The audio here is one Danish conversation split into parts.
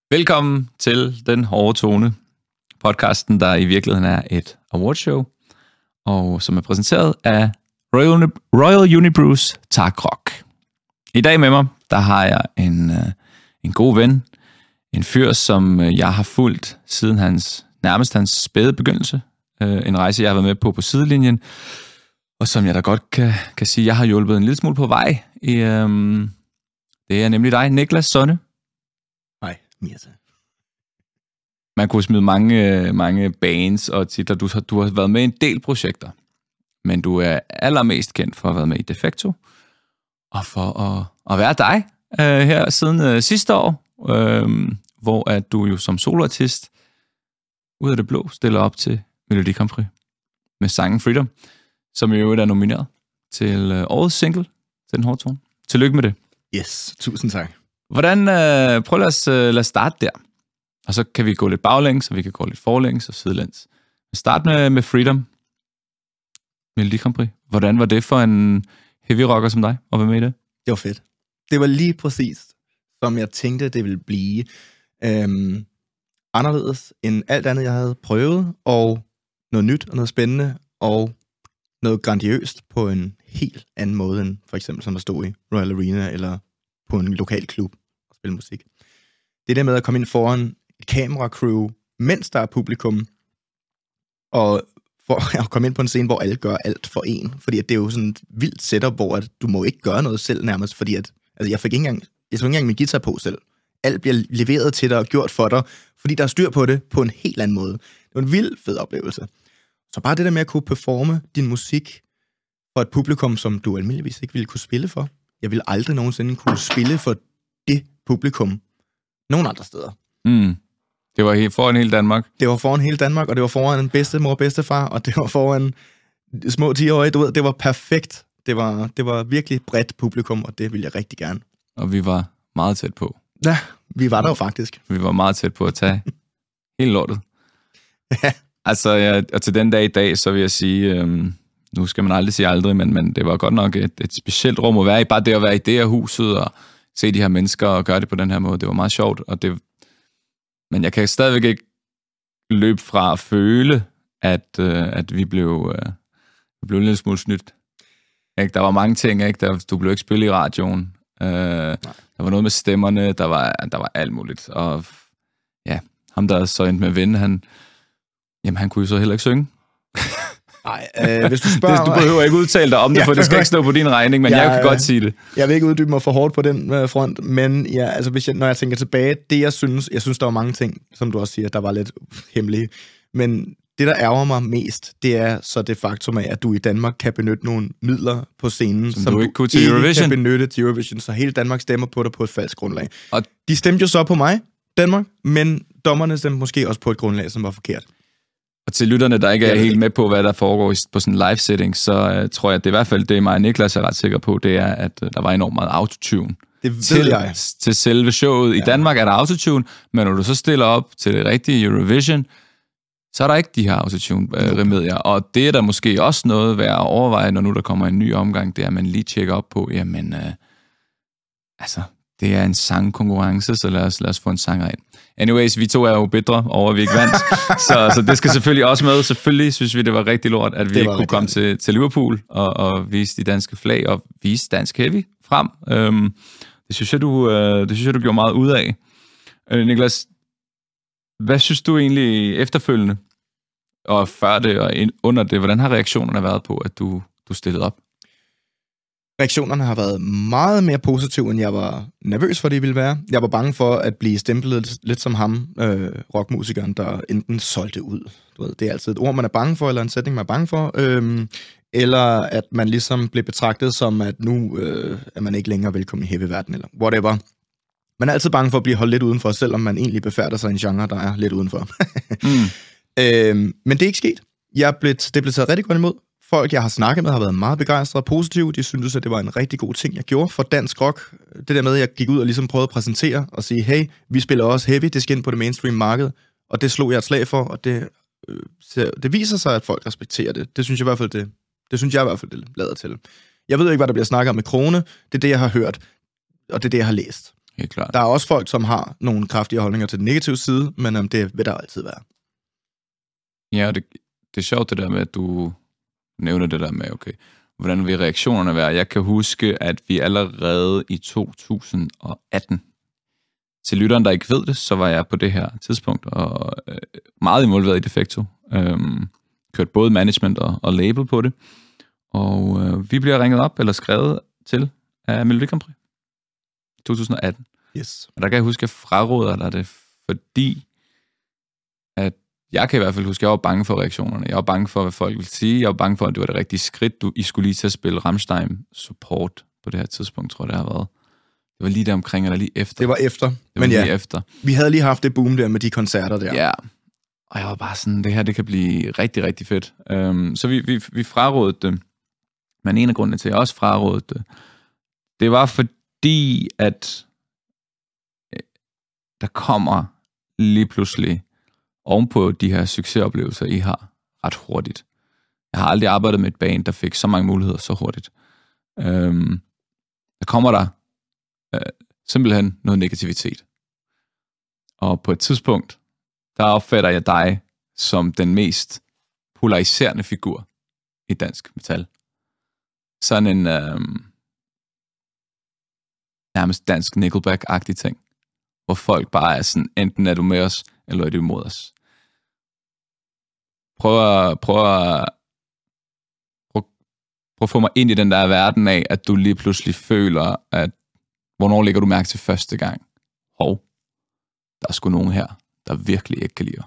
Velkommen til Den Hårde Tone, podcasten, der i virkeligheden er et awardshow, og som er præsenteret af Royal Unibrews Tak Rock. I dag med mig, der har jeg en god ven, en fyr, som jeg har fulgt siden hans spæde begyndelse. En rejse, jeg har været med på sidelinjen, og som jeg da godt kan sige, jeg har hjulpet en lille smule på vej. Det er nemlig dig, Niklas Sonne. Hej, Mirta. Man kunne smide mange bands og titler. Du har været med i en del projekter, men du er allermest kendt for at have været med i Defecto, og for at være dig her siden sidste år, hvor at du jo som soloartist ud af det blå stiller op til Melodi Grand Prix med sangen Freedom, som jo er nomineret til årets single til Den Hårde Tone. Tillykke med det. Yes, tusind tak. Hvordan, prøv lad os starte der. Og så kan vi gå lidt baglæns, og vi kan gå lidt forlæns og sidelæns. Start med Freedom. Melodi Grand Prix. Hvordan var det for en heavy rocker som dig at være med i det? Det var fedt. Det var lige præcis, som jeg tænkte, det ville blive. Anderledes end alt andet, jeg havde prøvet, og noget nyt og noget spændende, og noget grandiøst på en helt anden måde, end for eksempel som at stå i Royal Arena, eller på en lokal klub og spille musik. Det der med at komme ind foran et kameracrew, mens der er publikum, og for at komme ind på en scene, hvor alle gør alt for en. Fordi at det er jo sådan et vildt setup, hvor at du må ikke gøre noget selv nærmest, fordi at jeg tog ikke engang min guitar på selv. Alt bliver leveret til dig og gjort for dig, fordi der er styr på det på en helt anden måde. Det var en vild fed oplevelse. Så bare det der med at kunne performe din musik for et publikum, som du almindeligvis ikke ville kunne spille for. Jeg ville aldrig nogensinde kunne spille for det publikum nogen andre steder. Det var foran hele Danmark. Det var foran hele Danmark, og det var foran en bedstemor og bedstefar, og det var foran små 10-årige. Du ved, det var perfekt. Det var virkelig bredt publikum, og det ville jeg rigtig gerne. Og vi var meget tæt på. Ja, vi var der jo faktisk. Vi var meget tæt på at tage hele lortet. Ja. Altså, og til den dag i dag, så vil jeg sige, nu skal man aldrig sige aldrig, men det var godt nok et specielt rum at være i. Bare det at være i det her huset og se de her mennesker og gøre det på den her måde, det var meget sjovt. Men jeg kan stadigvæk ikke løbe fra at føle, at vi blev en lille smule snydt. Ikke? Der var mange ting, ikke? Du blev ikke spillet i radioen. Der var noget med stemmerne, der var alt muligt. Og ja, ham der så endte med at vinde, han kunne jo så heller ikke synge. Nej, hvis du spørger... Du behøver ikke udtale dig om det, for det skal ikke stå på din regning, men jeg kan godt sige det. Jeg vil ikke uddybe mig for hårdt på den front, men ja, altså når jeg tænker tilbage, det jeg synes, der var mange ting, som du også siger, der var lidt hemmelige, men det, der ærger mig mest, det er så det faktum af, at du i Danmark kan benytte nogle midler på scenen, som du ikke kunne til Eurovision. Kan benytte til Eurovision, så hele Danmark stemmer på dig på et falsk grundlag. Og de stemte jo så på mig, Danmark, men dommerne stemte måske også på et grundlag, som var forkert. Og til lytterne, der ikke er helt med på, hvad der foregår på sådan en live-setting, så tror jeg, at det er i hvert fald det, mig og Niklas er ret sikker på, det er, at der var enormt meget autotune. Det ved jeg. Til selve showet. I Danmark er der autotune, men når du så stiller op til det rigtige Eurovision, så er der ikke de her autotune-remedier. Og det er der måske også noget værd at overveje, når nu der kommer en ny omgang, det er, at man lige tjekker op på, jamen, det er en sangkonkurrence, så lad os få en sanger ind. Anyways, vi to er jo bedre over, at vi ikke vandt, så det skal selvfølgelig også med. Selvfølgelig synes vi, det var rigtig lort, at vi ikke kunne komme til Liverpool og vise de danske flag og vise dansk heavy frem. Det synes jeg, du gjorde meget ud af. Niklas, hvad synes du egentlig efterfølgende, og før det og under det, hvordan har reaktionerne været på, at du stillede op? Reaktionerne har været meget mere positive, end jeg var nervøs for, det ville være. Jeg var bange for at blive stemplet lidt som ham, rockmusikeren, der enten solgte ud. Du ved, det er altid et ord, man er bange for, eller en sætning, man er bange for. Eller at man ligesom blev betragtet som, at nu er man ikke længere velkommen i heavy-verden, eller whatever. Man er altid bange for at blive holdt lidt udenfor, selvom man egentlig befærder sig i en genre, der er lidt udenfor. Men det er ikke sket. Det blev taget rigtig godt imod. Folk, jeg har snakket med, har været meget begejstrede og positive. De syntes, at det var en rigtig god ting, jeg gjorde for dansk rock. Det der med, at jeg gik ud og ligesom prøvede at præsentere og sige, hey, vi spiller også heavy, det skal ind på det mainstream marked. Og det slog jeg et slag for, og det viser sig, at folk respekterer det. Det synes jeg i hvert fald, det lader til. Jeg ved ikke, hvad der bliver snakket om med Krone. Det er det, jeg har hørt, og det er det, jeg har læst. Helt klart. Der er også folk, som har nogle kraftige holdninger til den negative side, men det vil der altid være. Ja, det er sjovt det der med, at du nævner det der med, okay, hvordan vil reaktionerne være? Jeg kan huske, at vi allerede i 2018, til lytteren, der ikke ved det, så var jeg på det her tidspunkt og meget involveret i Defecto. Kørt både management og label på det. Og vi bliver ringet op eller skrevet til af Melodi Grand Prix 2018. Yes. Og der kan jeg huske, at jeg fraråder dig det, fordi at jeg kan i hvert fald huske, at jeg var bange for reaktionerne. Jeg var bange for, hvad folk ville sige. Jeg var bange for, at det var det rigtige skridt. I skulle lige til at spille Rammstein support på det her tidspunkt, tror jeg, det har været. Det var lige der omkring, eller lige efter. Det var efter. Det var lige efter. Vi havde lige haft det boom der med de koncerter der. Ja, og jeg var bare sådan, det her, det kan blive rigtig, rigtig fedt. Så vi frarådede det. Men en af grundene til, at jeg også frarådede det, det var fordi, at der kommer lige pludselig ovenpå de her succesoplevelser, I har ret hurtigt. Jeg har aldrig arbejdet med et band, der fik så mange muligheder så hurtigt. Der kommer der simpelthen noget negativitet. Og på et tidspunkt, der opfatter jeg dig som den mest polariserende figur i dansk metal. Sådan en nærmest dansk Nickelback-agtig ting, hvor folk bare er sådan, enten er du med os, eller er du imod os. Prøv at få mig ind i den der verden af, at du lige pludselig føler, at hvornår lægger du mærke til første gang? Der er sgu nogen her, der virkelig ikke kan lide dig.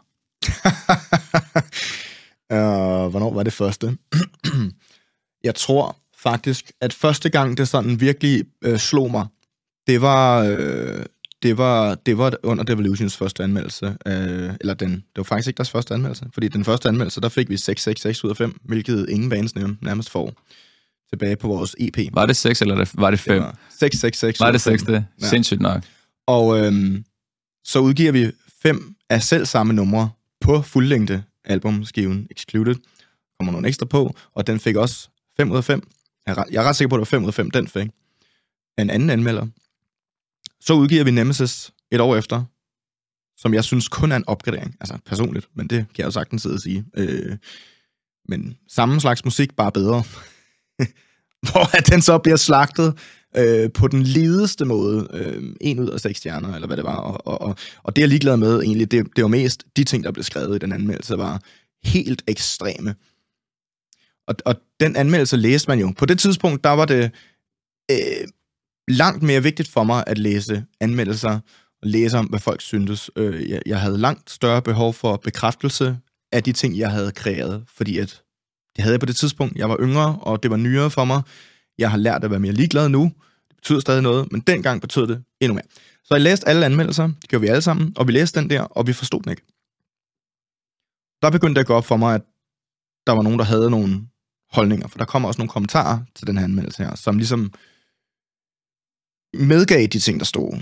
Hvornår var det første? Jeg tror faktisk, at første gang, det sådan virkelig slog mig, det var under Devolutions første anmeldelse. Det var faktisk ikke deres første anmeldelse, fordi den første anmeldelse, der fik vi 6 ud af 5, hvilket ingen bandsnævn nærmest får tilbage på vores EP. Var det 6, eller var det 5? 6. Var det 6, det? Ja. Sindssygt nok. Og så udgiver vi 5 af selv samme numre på fuldlængde albumskiven Excluded. Kommer nogle ekstra på, og den fik også 5 ud af 5. Jeg er ret sikker på, at det var 5 ud af 5, den fik. En anden anmelder. Så udgiver vi Nemesis et år efter, som jeg synes kun er en opgradering. Altså personligt, men det kan jeg jo sagtens sidde og sige. Men samme slags musik, bare bedre. Hvor at den så bliver slagtet på den lideste måde. 1 ud af 6 stjerner, eller hvad det var. Og det er jeg ligeglad med egentlig. Det var mest de ting, der blev skrevet i den anmeldelse, var helt ekstreme. Og den anmeldelse læste man jo. På det tidspunkt, der var det langt mere vigtigt for mig at læse anmeldelser og læse om, hvad folk syntes. Jeg havde langt større behov for bekræftelse af de ting, jeg havde kreeret, fordi at det havde jeg på det tidspunkt. Jeg var yngre, og det var nyere for mig. Jeg har lært at være mere ligeglad nu. Det betyder stadig noget, men dengang betød det endnu mere. Så jeg læste alle anmeldelser, det gjorde vi alle sammen, og vi læste den der, og vi forstod den ikke. Der begyndte det at gå op for mig, at der var nogen, der havde nogle holdninger, for der kommer også nogle kommentarer til den her anmeldelse her, som ligesom medgav de ting, der stod,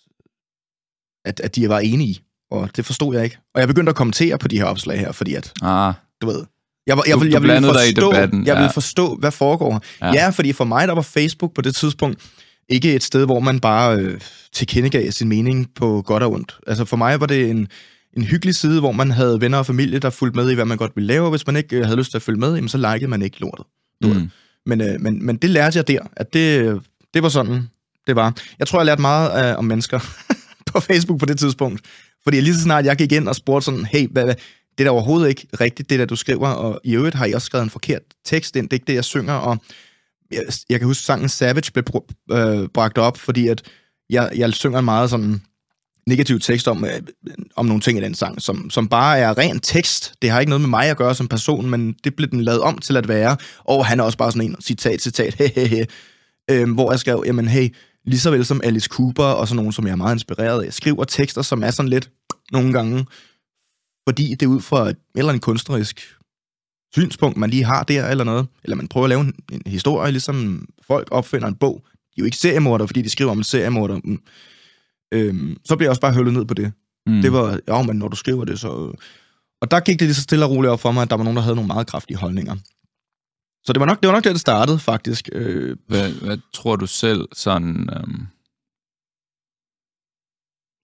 at de var enige, og det forstod jeg ikke. Og jeg begyndte at kommentere på de her opslag her, fordi at, du ved, jeg ville forstå, hvad foregår. Ja, fordi for mig, der var Facebook på det tidspunkt ikke et sted, hvor man bare tilkendegav sin mening på godt og ondt. Altså for mig var det en hyggelig side, hvor man havde venner og familie, der fulgte med i, hvad man godt ville lave, og hvis man ikke havde lyst til at følge med, så likede man ikke lortet. Men det lærte jeg der, at det var sådan, det var. Jeg tror, jeg lærte meget om mennesker på Facebook på det tidspunkt. Fordi lige så snart jeg gik ind og spurgte sådan, hey, hvad, det er da overhovedet ikke rigtigt, det der du skriver, og i øvrigt har I også skrevet en forkert tekst ind, det er ikke det, jeg synger, og jeg kan huske, sangen Savage blev bragt op, fordi at jeg synger en meget sådan negativ tekst om nogle ting i den sang, som bare er ren tekst. Det har ikke noget med mig at gøre som person, men det blev den lavet om til at være, og han er også bare sådan en citat, hvor jeg skrev, jamen hey, lige så vel som Alice Cooper og sådan nogen, som jeg er meget inspireret af. Jeg skriver tekster, som er sådan lidt nogle gange, fordi det er ud fra et eller andet kunstnerisk synspunkt, man lige har der eller noget. Eller man prøver at lave en historie, ligesom folk opfinder en bog. De er jo ikke seriemorder, fordi de skriver om en seriemorder. Så bliver jeg også bare høllet ned på det. Det var, men når du skriver det, så... Og der gik det lige så stille og roligt op for mig, at der var nogen, der havde nogle meget kraftige holdninger. Så det var nok der, det startede, faktisk. Hvad tror du selv sådan...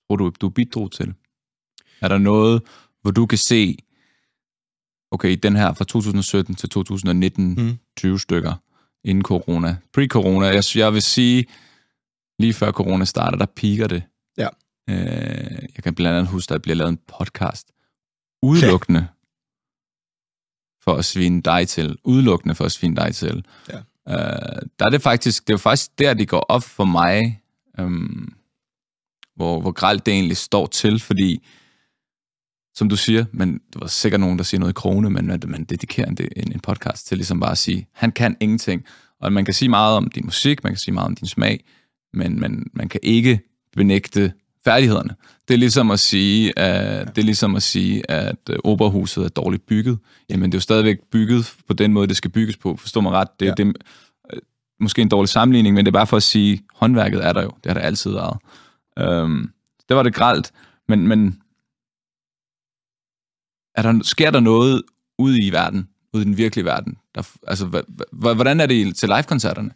tror du bidrog til? Er der noget, hvor du kan se, okay, den her fra 2017 til 2019, 20 stykker inden corona, pre-corona, jeg vil sige, lige før corona starter, der piker det. Ja. Jeg kan blandt andet huske, at der bliver lavet en podcast, udelukkende for at svine dig til. Ja. Der er det er jo faktisk der, det går op for mig, hvor grelt det egentlig står til, fordi, som du siger, men der var sikkert nogen, der siger noget i krone, men man dedikerer en podcast til ligesom bare at sige, han kan ingenting. Og man kan sige meget om din musik, man kan sige meget om din smag, men man kan ikke benægte færdighederne. Det er ligesom at sige, at operahuset er dårligt bygget. Jamen, det er jo stadigvæk bygget på den måde, det skal bygges på. Forstår mig ret? Det er måske en dårlig sammenligning, men det er bare for at sige, håndværket er der jo. Det har der altid været. Det var det grelt, men sker der noget ude i verden, ude i den virkelige verden? Hvordan er det til live-koncerterne?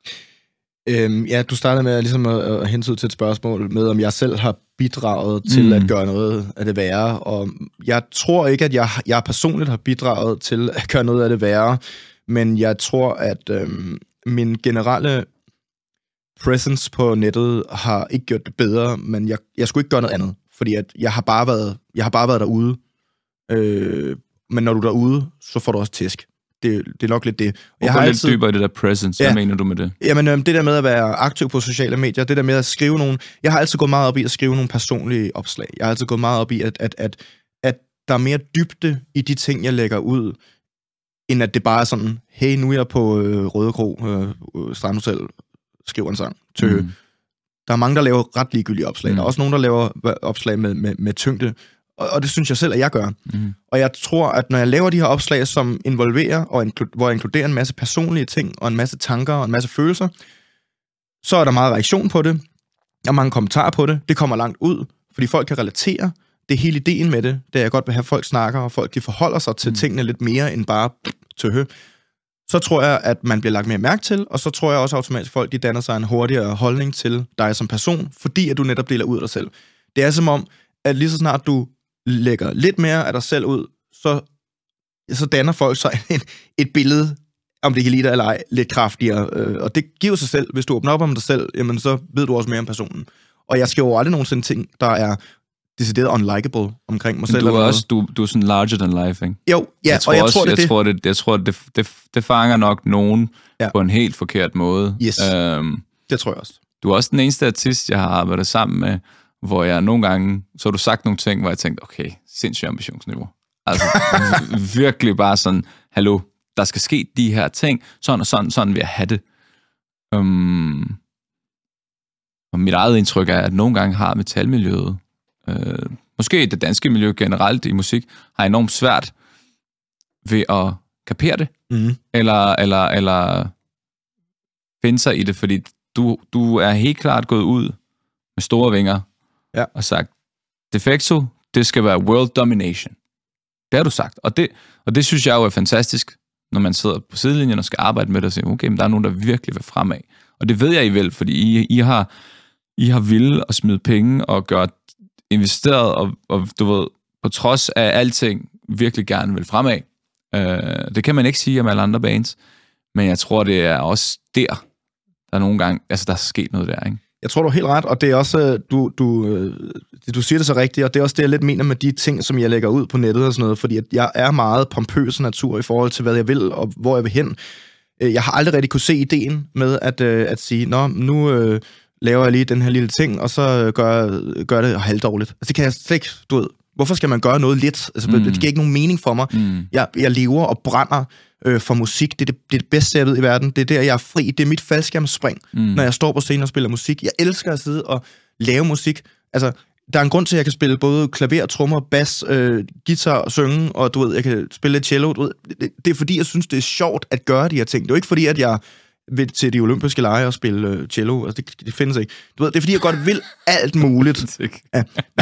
Ja, du startede med ligesom at hentyde til et spørgsmål med, om jeg selv har bidraget til at gøre noget af det værre, og jeg tror ikke, at jeg personligt har bidraget til at gøre noget af det værre, men jeg tror, at min generelle presence på nettet har ikke gjort det bedre, men jeg skulle ikke gøre noget andet, fordi at jeg har bare været derude, men når du er derude, så får du også tæsk. Det er nok lidt det. Jeg har lidt dybere i det der presence. Hvad mener du med det? Jamen, det der med at være aktiv på sociale medier, det der med at skrive nogle... Jeg har altid gået meget op i at skrive nogle personlige opslag. Jeg har altid gået meget op i, at der er mere dybde i de ting, jeg lægger ud, end at det bare er sådan, hey, nu er jeg på Rødekro, Strandhotel, skriver en sang. Der er mange, der laver ret ligegyldige opslag. Der er også nogen, der laver opslag med tyngde. Og det synes jeg selv, at jeg gør. Og jeg tror, at når jeg laver de her opslag, som involverer, og hvor jeg inkluderer en masse personlige ting, og en masse tanker, og en masse følelser, så er der meget reaktion på det. Der er mange kommentarer på det. Det kommer langt ud, fordi folk kan relatere. Det er hele ideen med det. Det er jeg godt vil have, at folk snakker, og folk de forholder sig til tingene lidt mere, end bare tøhø. Så tror jeg, at man bliver lagt mere mærke til, og så tror jeg også automatisk, at folk de danner sig en hurtigere holdning til dig som person, fordi at du netop deler ud af dig selv. Det er som om, at lige så snart du lægger lidt mere af dig selv ud, så danner folk sig et billede, om det kan lide dig eller ej, lidt kraftigere. Og det giver sig selv. Hvis du åbner op om dig selv, jamen så ved du også mere om personen. Og jeg skriver aldrig nogensinde ting, der er decideret unlikable omkring mig selv. Du er også du er sådan larger than life, ikke? Jo, ja, jeg tror, det fanger nok nogen på en helt forkert måde. Yes, det tror jeg også. Du er også den eneste artist, jeg har arbejdet sammen med, hvor jeg nogle gange, så har du sagt nogle ting, hvor jeg tænkte, okay, sindssygt ambitionsniveau. Altså virkelig bare sådan, hallo, der skal ske de her ting, sådan og sådan vil jeg have det. Og mit eget indtryk er, at nogle gange har metalmiljøet, måske det danske miljø generelt i musik, har enormt svært ved at kapere det, eller finde sig i det, fordi du er helt klart gået ud med store vinger, og sagt, Defecto, det skal være world domination. Det har du sagt. Og det synes jeg jo er fantastisk, når man sidder på sidelinjen og skal arbejde med det og siger, okay, men der er nogen, der virkelig vil fremad. Og det ved jeg I vel, fordi I har ville at smide penge og gøre investeret, og du ved, på trods af alting, virkelig gerne vil fremad. Det kan man ikke sige om alle andre bands, men jeg tror, det er også der nogle gange, altså der er sket noget der, ikke? Jeg tror, du er helt ret, og det er også, du siger det så rigtigt, og det er også det, jeg lidt mener med de ting, som jeg lægger ud på nettet og sådan noget, fordi at jeg er meget pompøs natur i forhold til, hvad jeg vil, og hvor jeg vil hen. Jeg har aldrig rigtig kunne se ideen med at sige, nu laver jeg lige den her lille ting, og så gør det halvdårligt. Altså det kan jeg slet ikke, du ved. Hvorfor skal man gøre noget lidt? Altså, det giver ikke nogen mening for mig. Jeg lever og brænder for musik. Det er det bedste, jeg ved i verden. Det er der, jeg er fri. Det er mit faldskærmsspring, når jeg står på scenen og spiller musik. Jeg elsker at sidde og lave musik. Altså, der er en grund til, at jeg kan spille både klaver, trommer, bas, guitar, synge, og du ved, jeg kan spille lidt cello. Du ved. Det er fordi, jeg synes, det er sjovt at gøre de her ting. Det er jo ikke fordi, at jeg vil til de olympiske lege og spille cello. Altså, det findes ikke. Du ved, det er fordi, jeg godt vil alt muligt. Ja.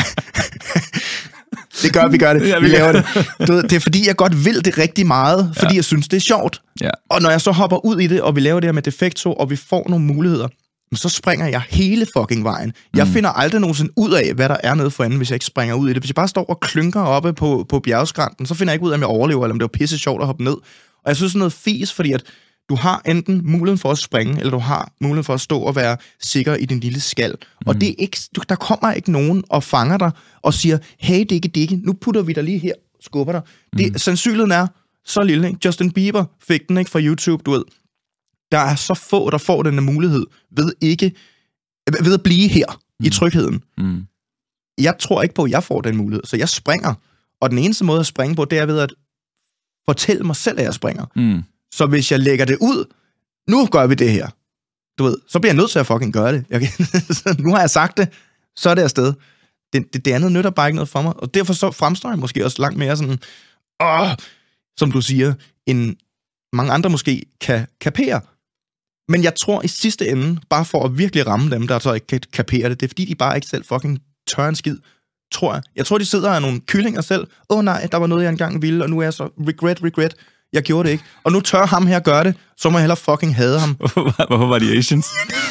Vi gør det. Vi laver det. Du ved, det er fordi, jeg godt vil det rigtig meget, fordi jeg synes, det er sjovt. Og når jeg så hopper ud i det, og vi laver det her med Defecto, og vi får nogle muligheder, så springer jeg hele fucking vejen. Jeg finder aldrig nogensinde ud af, hvad der er nede for enden, hvis jeg ikke springer ud i det. Hvis jeg bare står og klynker oppe på bjergskrænten, så finder jeg ikke ud af, om jeg overlever, eller om det var pisse sjovt at hoppe ned. Og jeg synes sådan noget fis, fordi at du har enten muligheden for at springe, eller du har muligheden for at stå og være sikker i din lille skal. Og det er ikke, der kommer ikke nogen og fanger dig og siger, hey, dikke, nu putter vi dig lige her, skubber dig. Sandsynligheden er så lille, ikke? Justin Bieber fik den ikke fra YouTube, du ved. Der er så få, der får den mulighed ved at blive her i trygheden. Jeg tror ikke på, at jeg får den mulighed, så jeg springer. Og den eneste måde at springe på, det er ved at fortælle mig selv, at jeg springer. Så hvis jeg lægger det ud, nu gør vi det her, du ved, så bliver jeg nødt til at fucking gøre det. Nu har jeg sagt det, så er det afsted. Det andet nytter bare ikke noget for mig, og derfor så fremstår jeg måske også langt mere sådan, som du siger, end mange andre måske kan kapere. Men jeg tror i sidste ende, bare for at virkelig ramme dem, der så ikke kan kapere det, det er fordi, de bare ikke selv fucking tør en skid, tror jeg. Jeg tror, de sidder af nogle kyllinger selv. Nej, der var noget, jeg engang ville, og nu er jeg så regret. Jeg gjorde det ikke. Og nu tør ham her gøre det, så må jeg hellere fucking hade ham. Hvorfor var de Asians?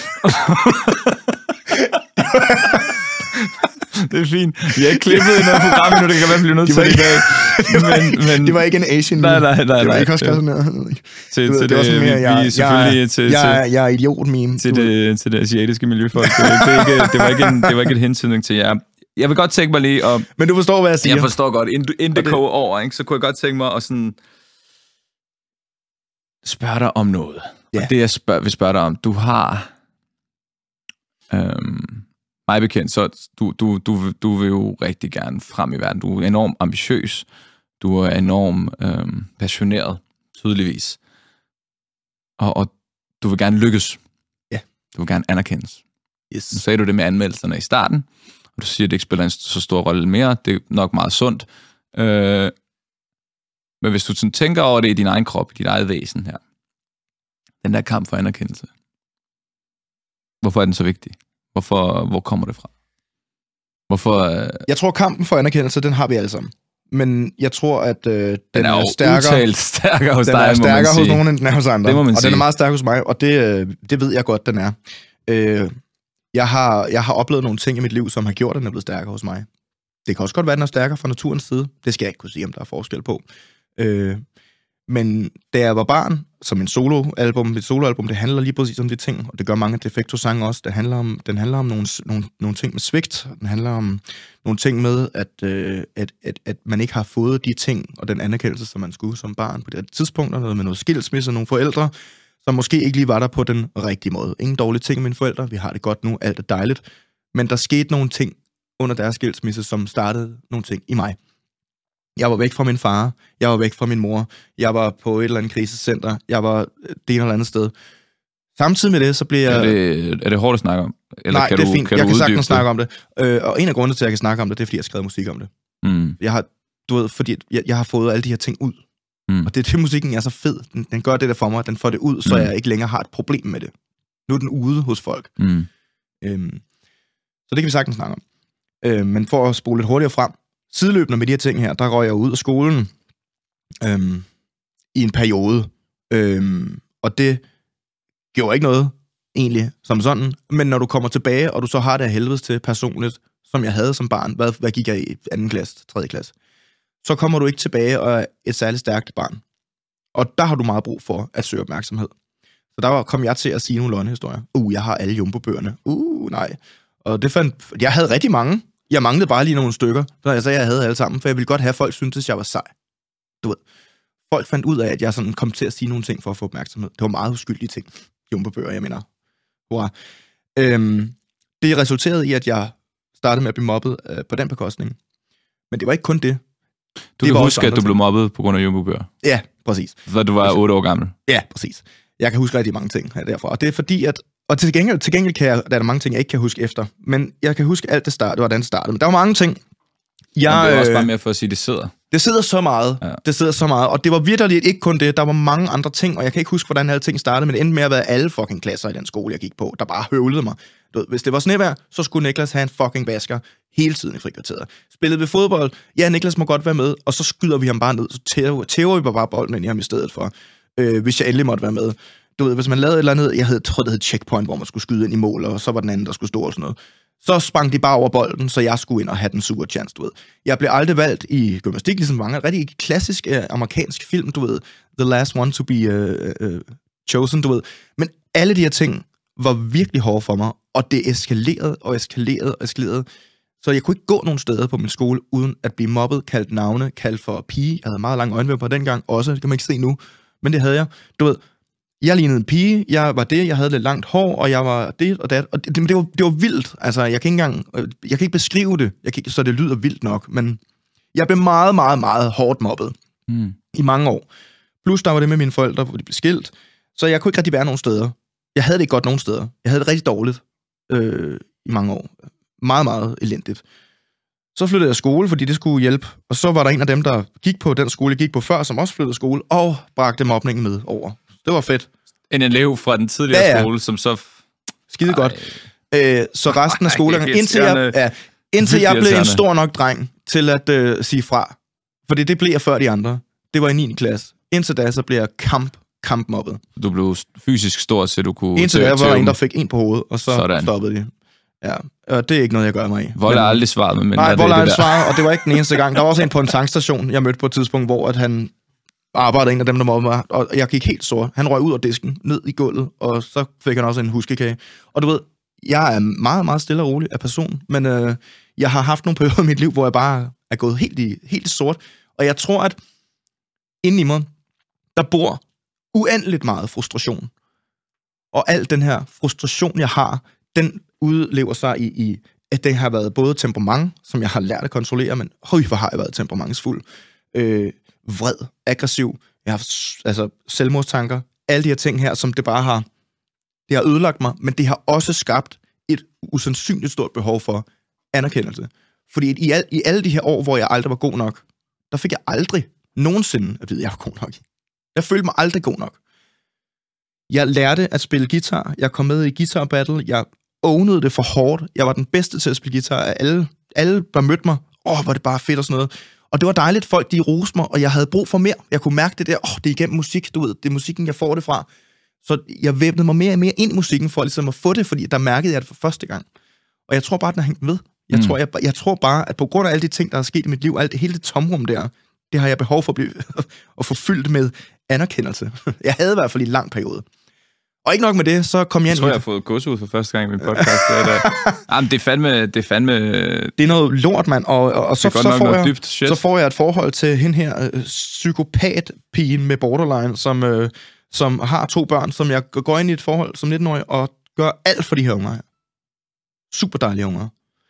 Det er fint. Vi har ikke klippet i noget program endnu, det kan være, blive nødt til i dag. Men det var ikke en Asian. Nej. Det var ikke også sådan noget. Det var sådan mere, jeg er idiot-meme. Til det asiatiske miljøfolk. Det var ikke en hentydning til jer. Jeg vil godt tænke mig lige at... Men du forstår, hvad jeg siger. Jeg forstår godt. Inden det koger over, ikke, så kunne jeg godt tænke mig at sådan... spørge dig om noget. Ja. Og det, jeg vil spørge dig om, du har... mig bekendt, så du vil jo rigtig gerne frem i verden. Du er enormt ambitiøs. Du er enormt passioneret, tydeligvis. Og du vil gerne lykkes. Ja. Du vil gerne anerkendes. Yes. Nu sagde du det med anmeldelserne i starten, og du siger, at det ikke spiller en så stor rolle mere. Det er nok meget sundt. Men hvis du sådan tænker over det i din egen krop, i dit eget væsen her, den der kamp for anerkendelse, hvorfor er den så vigtig? Hvor kommer det fra? Hvorfor? Jeg tror, kampen for anerkendelse, den har vi alle sammen. Men jeg tror, at den er stærkere hos dig, den er stærkere hos nogen, end den er hos andre. Det må man og sige. Den er meget stærk hos mig, og det ved jeg godt, den er. Jeg har oplevet nogle ting i mit liv, som har gjort, at den er blevet stærkere hos mig. Det kan også godt være, at den er stærkere fra naturens side. Det skal jeg ikke kunne sige, om der er forskel på. Men da jeg var barn, som mit soloalbum, det handler lige præcis om de ting, og det gør mange af Defecto-sange også. Den handler om nogle ting med svigt, den handler om nogle ting med, at man ikke har fået de ting, og den anerkendelse, som man skulle som barn på det tidspunkt, og noget med noget skilsmisse og nogle forældre, som måske ikke lige var der på den rigtige måde. Ingen dårlige ting med mine forældre, vi har det godt nu, alt er dejligt, men der skete nogle ting under deres skilsmisse, som startede nogle ting i mig. Jeg var væk fra min far, jeg var væk fra min mor, jeg var på et eller andet krisecenter, jeg var det ene eller andet sted. Samtidig med det, så bliver jeg... Er det hårdt at snakke om? Eller nej, kan det er fint. Jeg kan sagtens snakke om det. det. Og en af grundene til, at jeg kan snakke om det, det er, fordi jeg har skrevet musik om det. Fordi jeg har fået alle de her ting ud. Og det er musikken er så fed. Den gør det der for mig, den får det ud, så jeg ikke længere har et problem med det. Nu er den ude hos folk. Så det kan vi sagtens snakke om. Men for at spole lidt hurtigere frem, sideløbende med de her ting her, der røg jeg ud af skolen i en periode. Og det gjorde ikke noget, egentlig, som sådan. Men når du kommer tilbage, og du så har det af helvedes til personligt, som jeg havde som barn, hvad gik jeg i 2. klasse, 3. klasse, så kommer du ikke tilbage og er et særligt stærkt barn. Og der har du meget brug for at søge opmærksomhed. Så der kom jeg til at sige nogle løgnehistorier. Jeg har alle Jumbo-bøgerne. Nej. Og jeg havde rigtig mange. Jeg manglede bare lige nogle stykker, så jeg sagde, at jeg havde alle sammen, for jeg ville godt have, at folk syntes, at jeg var sej. Du ved. Folk fandt ud af, at jeg sådan kom til at sige nogle ting for at få opmærksomhed. Det var meget uskyldige ting. Jumbo-bøger, jeg mener. Hurra. Det resulterede i, at jeg startede med at blive mobbet på den bekostning. Men det var ikke kun det. Du kan huske, at du blev mobbet på grund af Jumbo-bøger? Ja, præcis. Så du var 8 år gammel? Ja, præcis. Jeg kan huske rigtig mange ting her derfra. Og det er fordi, at... Og til gengæld der er der mange ting, jeg ikke kan huske efter. Men jeg kan huske alt hvordan det startede. Men der var mange ting. Det er også bare mere for at sige, at det sidder. Det sidder så meget. Ja. Det sidder så meget. Og det var virkelig ikke kun det. Der var mange andre ting, og jeg kan ikke huske, hvordan alle ting startede, men det endte med at være alle fucking klasser i den skole, jeg gik på, der bare høvlede mig. Hvis det var snevejr, så skulle Niklas have en fucking basker hele tiden i frikvarteret. Spillede vi fodbold? Ja, Niklas må godt være med, og så skyder vi ham bare ned. Så tæver vi bare bolden ind i ham i stedet for, hvis jeg endelig måtte være med. Du ved, hvis man lavede et eller andet, jeg tror, det hed checkpoint, hvor man skulle skyde ind i mål, og så var den anden, der skulle stå og sådan noget. Så sprang de bare over bolden, så jeg skulle ind og have den super chance, du ved. Jeg blev aldrig valgt i gymnastik, ligesom mange. Rigtig klassisk amerikansk film, du ved. The Last One to be Chosen, du ved. Men alle de her ting var virkelig hårde for mig, og det eskalerede. Så jeg kunne ikke gå nogen steder på min skole, uden at blive mobbet, kaldt navne, kaldt for pige. Jeg havde meget lange øjenvipper på dengang også, det kan man ikke se nu. Men det havde jeg. Du ved, jeg lignede en pige, jeg var det, jeg havde lidt langt hår, og jeg var det og det. Og det var vildt. Altså, jeg kan ikke beskrive det, så det lyder vildt nok, men jeg blev meget, meget, meget hårdt mobbet i mange år. Plus, der var det med mine forældre, hvor de blev skilt, så jeg kunne ikke rigtig være nogen steder. Jeg havde det ikke godt nogen steder. Jeg havde det rigtig dårligt i mange år. Meget, meget elendigt. Så flyttede jeg skole, fordi det skulle hjælpe. Og så var der en af dem, der gik på den skole, jeg gik på før, som også flyttede skole, og bragte mobningen med over. Det var fedt. En elev fra den tidligere skole, som så... Skide godt. Så resten af skolegangen, indtil jeg blev en stor nok dreng til at sige fra. Fordi det blev jeg før de andre. Det var i 9. klasse. Indtil da, så blev jeg kampmobbet. Du blev fysisk stor, så du kunne... Indtil da var der en, der fik en på hovedet, og så stoppede de. Ja, og det er ikke noget, jeg gør mig i. Vold er aldrig svaret med, men... Nej, vold er aldrig svaret, og det var ikke den eneste gang. Der var også en på en tankstation, jeg mødte på et tidspunkt, hvor at han arbejdede en af dem, der mobbede mig, og jeg gik helt sort. Han røg ud af disken, ned i gulvet, og så fik han også en huskekage. Og du ved, jeg er meget, meget stille og rolig af person, men jeg har haft nogle perioder i mit liv, hvor jeg bare er gået helt sort. Og jeg tror, at inde i mig, der bor uendeligt meget frustration. Og al den her frustration, jeg har, den udlever sig i at det har været både temperament, som jeg har lært at kontrollere, men hvor har jeg været temperamentsfuld, vred, aggressiv, jeg har haft selvmordstanker, alle de her ting her, som det bare har, det har ødelagt mig, men det har også skabt et usandsynligt stort behov for anerkendelse. Fordi i alle de her år, hvor jeg aldrig var god nok, der fik jeg aldrig nogensinde at vide, at jeg var god nok. Jeg følte mig aldrig god nok. Jeg lærte at spille guitar, jeg kom med i Guitar Battle, jeg ownede det for hårdt, jeg var den bedste til at spille guitar af alle der mødte mig, var det bare fedt og sådan noget. Og det var dejligt, folk de roste mig, og jeg havde brug for mere. Jeg kunne mærke det der, det er igennem musik, du ved, det er musikken, jeg får det fra. Så jeg væbnede mig mere og mere ind i musikken, for ligesom at få det, fordi der mærkede jeg det for første gang. Og jeg tror bare, den har hængt ved. Jeg tror bare, at på grund af alle de ting, der er sket i mit liv, hele det tomrum der, det har jeg behov for at få fyldt med anerkendelse. Jeg havde i hvert fald i en lang periode. Og ikke nok med det, så kom jeg ind... Jeg tror, jeg har fået gåsehud for første gang i min podcast. Jamen, det er fandme... Det er noget lort, mand. Og så får jeg et forhold til hende her, psykopat-pigen med borderline, som har 2 børn, som jeg går ind i et forhold som 19-årig, og gør alt for de her unger her. Super dejlige unger.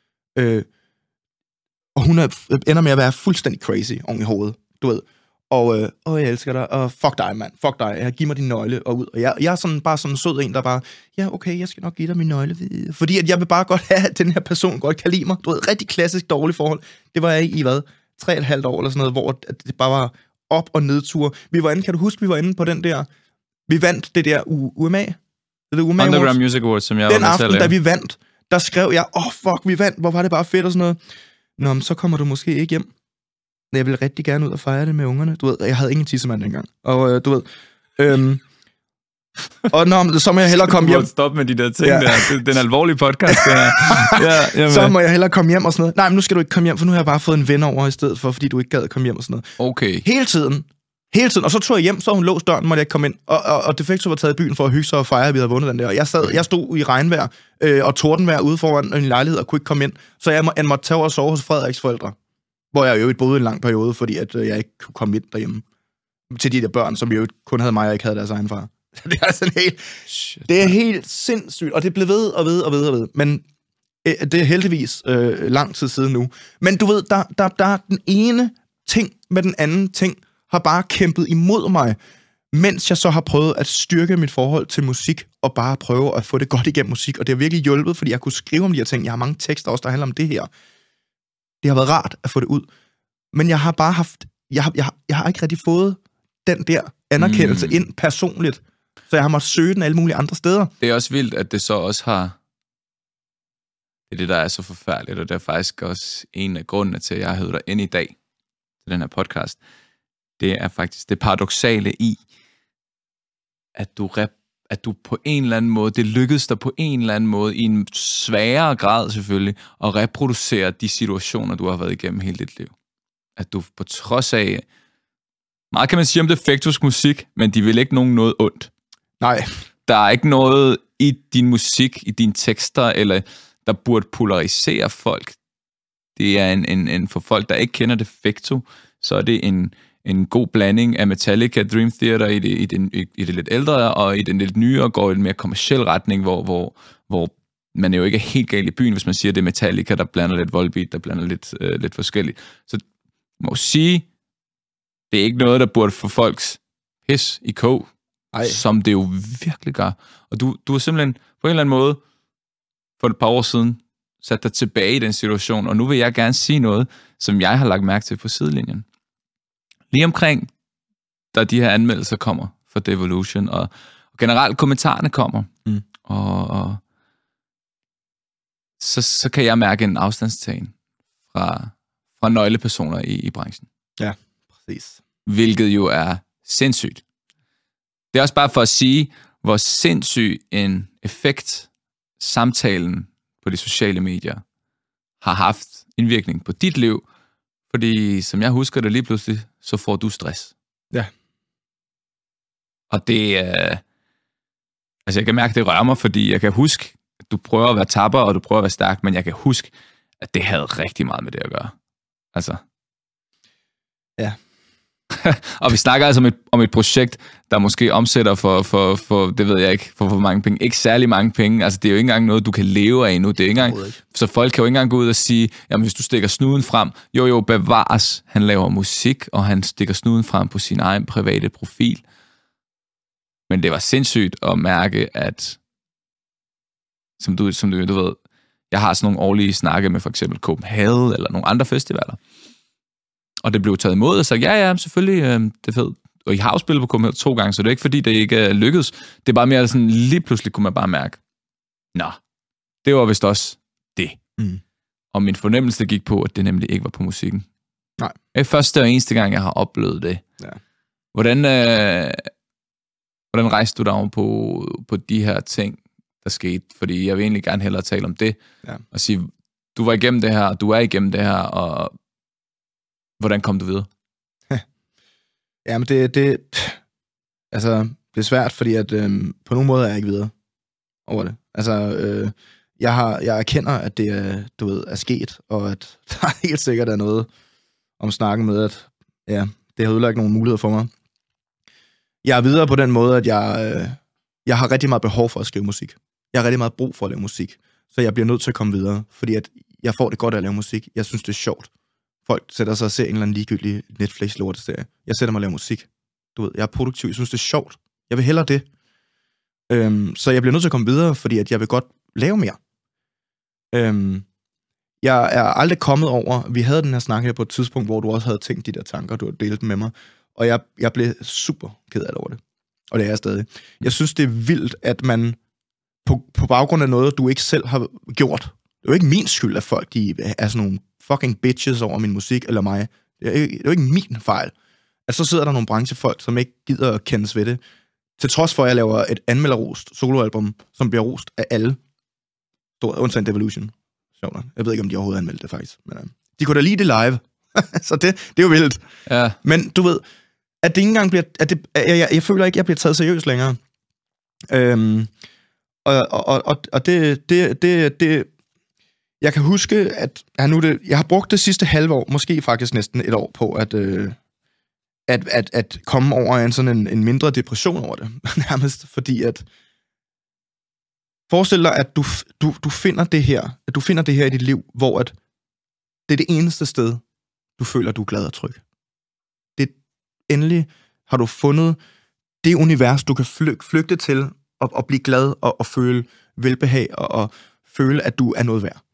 Og hun ender med at være fuldstændig crazy oven i hovedet, du ved. Og jeg elsker dig, og fuck dig, mand, fuck dig, giv mig din nøgle, og ud. Og jeg er bare sådan en sød en, der bare, ja, okay, jeg skal nok give dig min nøgle, fordi at jeg vil bare godt have, at den her person godt kan lide mig. Du ved, rigtig klassisk dårligt forhold. Det var jeg i, 3,5 år eller sådan noget, hvor det bare var op- og nedtur. Vi var inde, kan du huske, vi var inde på den der, vi vandt det der UMA? Det UMA Underground Awards. Music Awards, som jeg var med til at lave. Den aften, da vi vandt, der skrev jeg, fuck, vi vandt, hvor var det bare fedt og sådan noget. Nå, men så kommer du måske ikke hjem. Jeg ville rigtig gerne ud og fejre det med ungerne. Du ved, jeg havde ingen tissemand dengang. Og du ved... og så må jeg hellere komme hjem. Stop med de der ting der. Det er en alvorlig podcast, det her. Så må jeg hellere komme hjem og sådan noget. Nej, men nu skal du ikke komme hjem, for nu har jeg bare fået en ven over i stedet for, fordi du ikke gad komme hjem og sådan noget. Okay. Hele tiden. Og så tog jeg hjem, så hun låst døren, måtte jeg ikke komme ind. Og Defecto var taget i byen for at hygge sig og fejre, at vi havde vundet den der. Og jeg stod i regnvejr og tordenvejr ude foran en lejlighed og kunne ikke komme ind. Så jeg måtte tage over og sove hos Frederiks forældre. Hvor jeg jo boede en lang periode, fordi at jeg ikke kunne komme ind derhjemme. Til de der børn, som jo kun havde mig og ikke havde deres egen far. Det er sådan helt... Shit, det er helt sindssygt, og det blev ved og ved. Men det er heldigvis lang tid siden nu. Men du ved, der er den ene ting med den anden ting, har bare kæmpet imod mig, mens jeg så har prøvet at styrke mit forhold til musik, og bare prøve at få det godt igennem musik. Og det har virkelig hjulpet, fordi jeg kunne skrive om de her ting. Jeg har mange tekster også, der handler om det her. Det har været rart at få det ud. Men jeg har bare haft... Jeg har ikke rigtig fået den der anerkendelse ind personligt. Så jeg har måttet søge den alle mulige andre steder. Det er også vildt, at det så også har... Det er det, der er så forfærdeligt, og det er faktisk også en af grundene til, at jeg har hørt dig ind i dag til den her podcast. Det er faktisk det paradoksale i, at du at du på en eller anden måde, det lykkedes dig på en eller anden måde, i en sværere grad selvfølgelig, at reproducere de situationer, du har været igennem hele dit liv. At du på trods af, meget kan man sige om Defectos musik, men de vil ikke nogen noget ondt. Nej. Der er ikke noget i din musik, i dine tekster, eller der burde polarisere folk. Det er en for folk, der ikke kender Defecto, så er det en god blanding af Metallica, Dream Theater i det lidt ældre, og i den lidt nyere går i en mere kommerciel retning, hvor man jo ikke er helt galt i byen, hvis man siger, at det er Metallica, der blander lidt Volbeat, der blander lidt forskelligt. Så må jeg sige, det er ikke noget, der burde få folks pis i kog, som det jo virkelig gør. Og du har simpelthen på en eller anden måde for et par år siden sat dig tilbage i den situation, og nu vil jeg gerne sige noget, som jeg har lagt mærke til på sidelinjen. Lige omkring, da de her anmeldelser kommer for Devolution, og generelt kommentarerne kommer, og så kan jeg mærke en afstandstagen fra nøglepersoner i branchen. Ja, præcis. Hvilket jo er sindssygt. Det er også bare for at sige, hvor sindssyg en effekt samtalen på de sociale medier har haft indvirkning på dit liv, fordi som jeg husker det lige pludselig, så får du stress. Ja. Og det altså jeg kan mærke, det rører mig, fordi jeg kan huske, at du prøver at være tapper, og du prøver at være stærk, men jeg kan huske, at det havde rigtig meget med det at gøre. Altså. Ja. Og vi snakker altså om et projekt, der måske omsætter for det ved jeg ikke, for mange penge. Ikke særlig mange penge. Altså, det er jo ikke engang noget, du kan leve af nu. Det er ikke engang, så folk kan jo ikke engang gå ud og sige, jamen hvis du stikker snuden frem, jo, bevares. Han laver musik, og han stikker snuden frem på sin egen private profil. Men det var sindssygt at mærke, at som du ved, jeg har sådan nogle årlige snakke med for eksempel Copenhagen eller nogle andre festivaler. Og det blev taget imod og sagt, ja, selvfølgelig, det er fedt. Og I har jo spillet på Copenhagen 2 gange, så det er ikke fordi, det ikke er lykkedes. Det er bare mere sådan, lige pludselig kunne man bare mærke, nå, det var vist også det. Mm. Og min fornemmelse gik på, at det nemlig ikke var på musikken. Nej. Det er første og eneste gang, jeg har oplevet det. Ja. Hvordan rejste du dig over på de her ting, der skete? Fordi jeg vil egentlig gerne hellere tale om det. Ja. Og sige, du var igennem det her, du er igennem det her, og hvordan kom du videre? Jamen, det er svært, fordi at på nogen måde er jeg ikke videre over det. Altså, jeg erkender, at det er sket, og at der helt sikkert er noget om snakken med, at ja, det har ødelagt nogle muligheder for mig. Jeg er videre på den måde, at jeg har rigtig meget behov for at skrive musik. Jeg har rigtig meget brug for at lave musik, så jeg bliver nødt til at komme videre, fordi at jeg får det godt at lave musik. Jeg synes, det er sjovt. Folk sætter sig og ser en eller anden ligegyldig Netflix-lorteserie. Jeg sætter mig og laver musik. Du ved, jeg er produktiv. Jeg synes, det er sjovt. Jeg vil hellere det. Så jeg bliver nødt til at komme videre, fordi at jeg vil godt lave mere. Jeg er aldrig kommet over... Vi havde den her snak her på et tidspunkt, hvor du også havde tænkt de der tanker, du har delt dem med mig. Og jeg blev super ked af det over det. Og det er jeg stadig. Jeg synes, det er vildt, at man på baggrund af noget, du ikke selv har gjort... Det er jo ikke min skyld, at folk de er sådan nogle fucking bitches over min musik eller mig. Det er jo ikke min fejl. At så sidder der nogle branchefolk, som ikke gider at kendes ved det. Til trods for, at jeg laver et anmelderrost soloalbum, som bliver rost af alle. Undtagen Devolution. Sjovt nok. Jeg ved ikke, om de overhovedet anmeldte det, faktisk. Men de kunne da lide det live. Så det er jo vildt. Ja. Men du ved, at det ikke engang bliver... Jeg føler ikke, at jeg bliver taget seriøst længere. Og det jeg kan huske, at jeg har brugt det sidste halve år, måske faktisk næsten et år, på at komme over en mindre depression over det. Nærmest, fordi at forestil dig, at du finder det her i dit liv, hvor at det er det eneste sted, du føler, du er glad og tryg. Endelig har du fundet det univers, du kan flygte til og blive glad og føle velbehag og føle, at du er noget værd.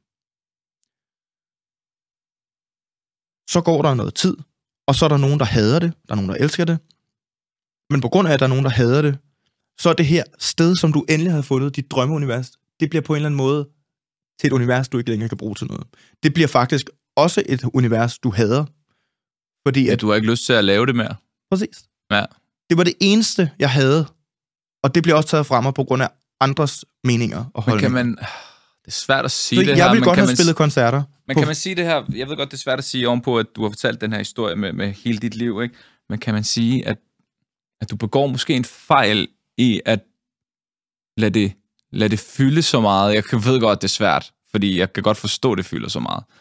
Så går der noget tid, og så er der nogen, der hader det, der er nogen, der elsker det. Men på grund af, at der er nogen, der hader det, så er det her sted, som du endelig havde fundet, dit drømmeunivers, det bliver på en eller anden måde til et univers, du ikke længere kan bruge til noget. Det bliver faktisk også et univers, du hader. Fordi at du har ikke lyst til at lave det mere. Præcis. Ja. Det var det eneste, jeg havde Og det bliver også taget fra mig på grund af andres meninger og holdninger. Men kan man... Det er svært at sige så det her. Jeg vil godt have spillet koncerter. Men kan man sige det her... Jeg ved godt, det er svært at sige ovenpå, at du har fortalt den her historie med hele dit liv, ikke? Men kan man sige, at du begår måske en fejl i at lade det fylde så meget? Jeg ved godt, det er svært, fordi jeg kan godt forstå, at det fylder så meget.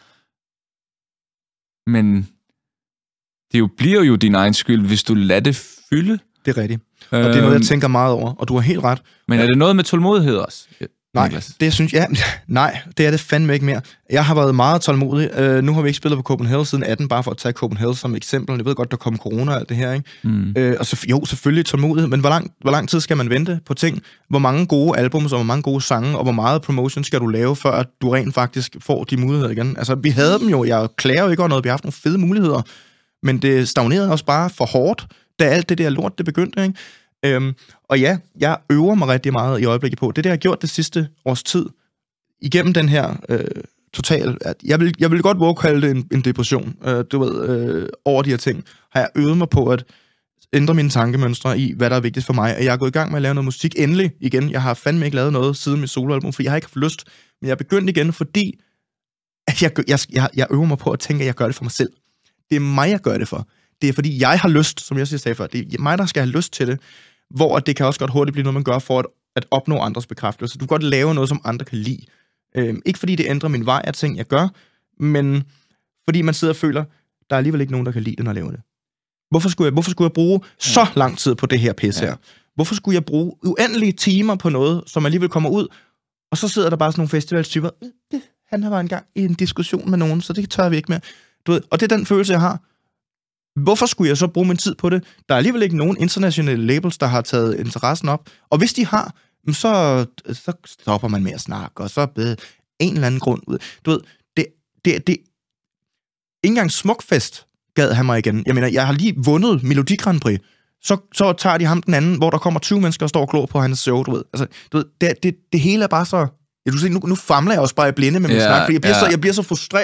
Men det bliver jo din egen skyld, hvis du lader det fylde. Det er rigtigt. Og det er noget, jeg tænker meget over, og du har helt ret. Men er det noget med tålmodighed også? Nej, det synes jeg... Nej, det er det fandme ikke mere. Jeg har været meget tålmodig. Nu har vi ikke spillet på Copenhagen siden 18, bare for at tage Copenhagen som eksempel. Jeg ved godt, der kom corona og alt det her, ikke? Og så, jo, selvfølgelig tålmodighed, men hvor lang tid skal man vente på ting? Hvor mange gode albums, og hvor mange gode sange, og hvor meget promotion skal du lave, før at du rent faktisk får de muligheder igen? Altså, vi havde dem jo. Jeg klager jo ikke over noget. Vi har haft nogle fede muligheder, men det stagnerede også bare for hårdt, da alt det der lort, det begyndte, ikke? Og ja, jeg øver mig rigtig meget i øjeblikket på. Det jeg har gjort det sidste års tid, igennem den her total... Jeg vil godt våge kalde det en depression, over de her ting. Har jeg øvet mig på at ændre mine tankemønstre i, hvad der er vigtigt for mig. Og jeg er gået i gang med at lave noget musik endelig igen. Jeg har fandme ikke lavet noget siden mit soloalbum, for jeg har ikke haft lyst. Men jeg er begyndt igen, fordi at jeg øver mig på at tænke, at jeg gør det for mig selv. Det er mig, jeg gør det for. Det er fordi, jeg har lyst, som jeg sagde før. Det er mig, der skal have lyst til det. Hvor det kan også godt hurtigt blive noget, man gør for at opnå andres bekræftelse. Du kan godt lave noget, som andre kan lide. Ikke fordi det ændrer min vej af ting, jeg gør, men fordi man sidder og føler, der er alligevel ikke nogen, der kan lide det, når jeg laver det. Hvorfor skulle jeg bruge så lang tid på det her pisse her? Hvorfor skulle jeg bruge uendelige timer på noget, som alligevel kommer ud, og så sidder der bare sådan nogle festivalstyper. Han har været engang i en diskussion med nogen, så det tør vi ikke mere. Du ved, og det er den følelse, jeg har. Hvorfor skulle jeg så bruge min tid på det? Der er alligevel ikke nogen internationale labels, der har taget interessen op. Og hvis de har, så stopper man med at snakke, og så er en eller anden grund. Du ved, det ikke engang Smukfest gad have mig igen. Jeg mener, jeg har lige vundet Melodi Grand Prix. Så tager de ham den anden, hvor der kommer 20 mennesker og står og glor på hans show, du ved. Altså, du ved, det hele er bare så... Ja, du ser, nu famler jeg også bare i blinde med min snak, fordi jeg bliver så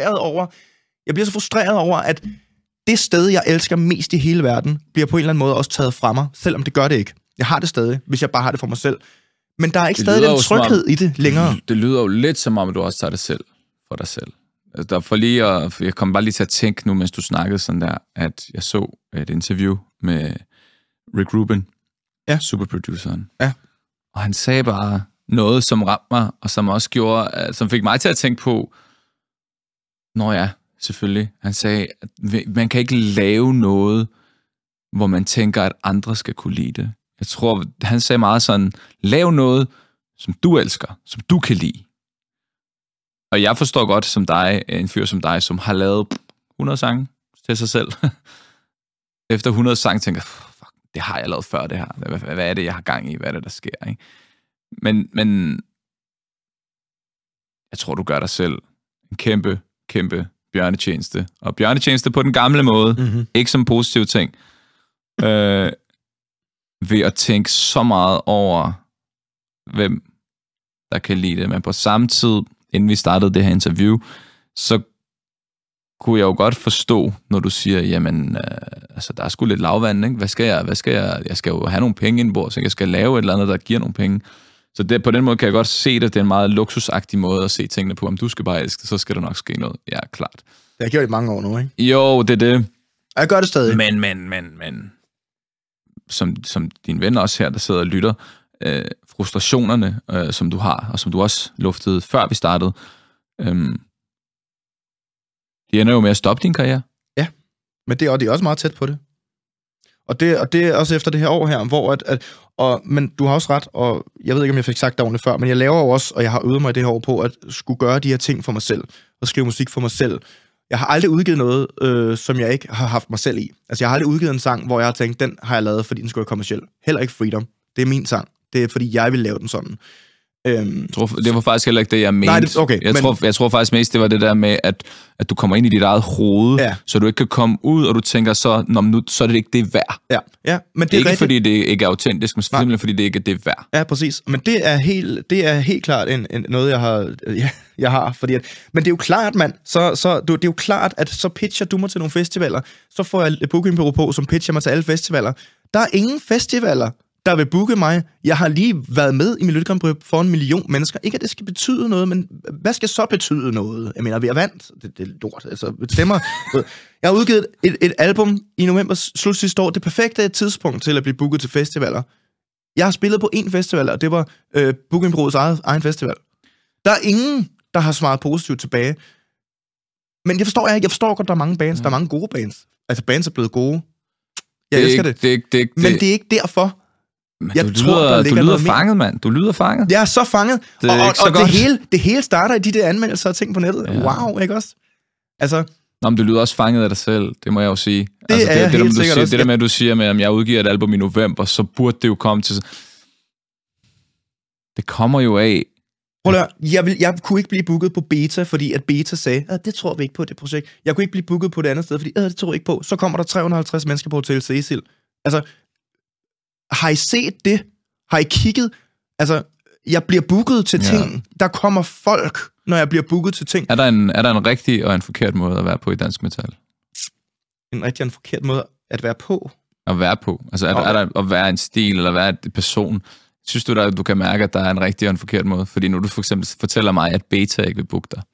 frustreret over, at det sted, jeg elsker mest i hele verden, bliver på en eller anden måde også taget fra mig, selvom det gør det ikke. Jeg har det stadig, hvis jeg bare har det for mig selv. Men der er ikke stadig den tryghed i det længere. Det lyder jo lidt som om, at du også tager det selv for dig selv. Altså, jeg kom bare lige til at tænke nu, mens du snakkede sådan der, at jeg så et interview med Rick Rubin, superproduceren. Ja. Og han sagde bare noget, som ramte mig, og som også gjorde, som fik mig til at tænke på, selvfølgelig. Han sagde, at man kan ikke lave noget, hvor man tænker, at andre skal kunne lide det. Jeg tror, han sagde meget sådan, lav noget, som du elsker, som du kan lide. Og jeg forstår godt, som dig, en fyr som dig, som har lavet 100 sange til sig selv. Efter 100 sange tænker jeg, fuck, det har jeg lavet før det her. Hvad er det, jeg har gang i? Hvad er det, der sker? Ikke? Men jeg tror, du gør dig selv en kæmpe bjørnetjeneste. Og bjørnetjeneste på den gamle måde, ikke som positiv ting, ved at tænke så meget over, hvem der kan lide det. Men på samme tid, inden vi startede det her interview, så kunne jeg jo godt forstå, når du siger, jamen, altså, der er sgu lidt lavvand, ikke? Hvad skal jeg? Jeg skal jo have nogle penge indbord, så jeg skal lave et eller andet, der giver nogle penge. Så det, på den måde kan jeg godt se det. Det er en meget luksusagtig måde at se tingene på. Om du skal bare elske det, så skal der nok ske noget. Ja, klart. Det har jeg gjort i mange år nu, ikke? Jo, det er det. Jeg gør det stadig. Men som din ven også her, der sidder og lytter, frustrationerne, som du har, og som du også luftede, før vi startede, de ender jo med at stoppe din karriere. Ja, men det er også meget tæt på det. Og det er også efter det her år her, hvor men du har også ret, og jeg ved ikke, om jeg fik sagt det ordentligt før, men jeg laver jo også, og jeg har øvet mig i det her år på, at skulle gøre de her ting for mig selv, og skrive musik for mig selv. Jeg har aldrig udgivet noget, som jeg ikke har haft mig selv i. Altså, jeg har aldrig udgivet en sang, hvor jeg har tænkt, den har jeg lavet, fordi den skulle være kommerciel. Heller ikke Freedom. Det er min sang. Det er, fordi jeg vil lave den sådan. Det var faktisk heller ikke det, jeg mente. Nej, okay, jeg tror faktisk mest, det var det der med, at du kommer ind i dit eget hoved, så du ikke kan komme ud, og du tænker så, så er det ikke det værd. Ja, men det er ikke rigtigt. Fordi det ikke er autentisk, men simpelthen fordi det ikke er det værd. Ja, præcis. Men det er helt klart noget, jeg har. Fordi men det er jo klart, mand. Det er jo klart, at så pitcher du mig til nogle festivaler, så får jeg et bookingbureau på, som pitcher mig til alle festivaler. Der er ingen festivaler, der vil booke mig. Jeg har lige været med i Melodi Grand Prix for 1 million mennesker. Ikke, at det skal betyde noget, men hvad skal så betyde noget? Jeg mener, vi er vant. Det er lort. Altså, stemmer. Jeg har udgivet et album i november slut sidste år. Det perfekte tidspunkt til at blive booket til festivaler. Jeg har spillet på én festival, og det var Bookingbureauets egen festival. Der er ingen, der har svaret positivt tilbage. Men det forstår jeg ikke. Jeg forstår godt, der er mange bands. Der er mange gode bands. Altså, bands er blevet gode. Jeg elsker det. Men det er ikke derfor. Du lyder fanget, mand. Du lyder fanget. Jeg er så fanget. Det hele starter i de der anmeldelser og ting på nettet. Ja. Wow, ikke også? Altså... Nå, men du lyder også fanget af dig selv, det må jeg jo sige. Det er helt sikkert også. Det der med, at du siger, at jeg udgiver et album i november, så burde det jo komme til... Det kommer jo af... Prøv at høre, jeg kunne ikke blive booket på Beta, fordi at Beta sagde, det tror vi ikke på, det projekt. Jeg kunne ikke blive booket på det andet sted, fordi det tror vi ikke på. Så kommer der 350 mennesker på Hotel Cecil. Altså, har I set det? Har I kigget? Altså, jeg bliver booket til ting. Der kommer folk, når jeg bliver booket til ting. Er der en rigtig og en forkert måde at være på i dansk metal? En rigtig og en forkert måde at være på? At være på. Altså, er der at være en stil, eller være en person? Synes du, at du kan mærke, at der er en rigtig og en forkert måde? Fordi nu du for eksempel fortæller mig, at Beta ikke vil booke dig.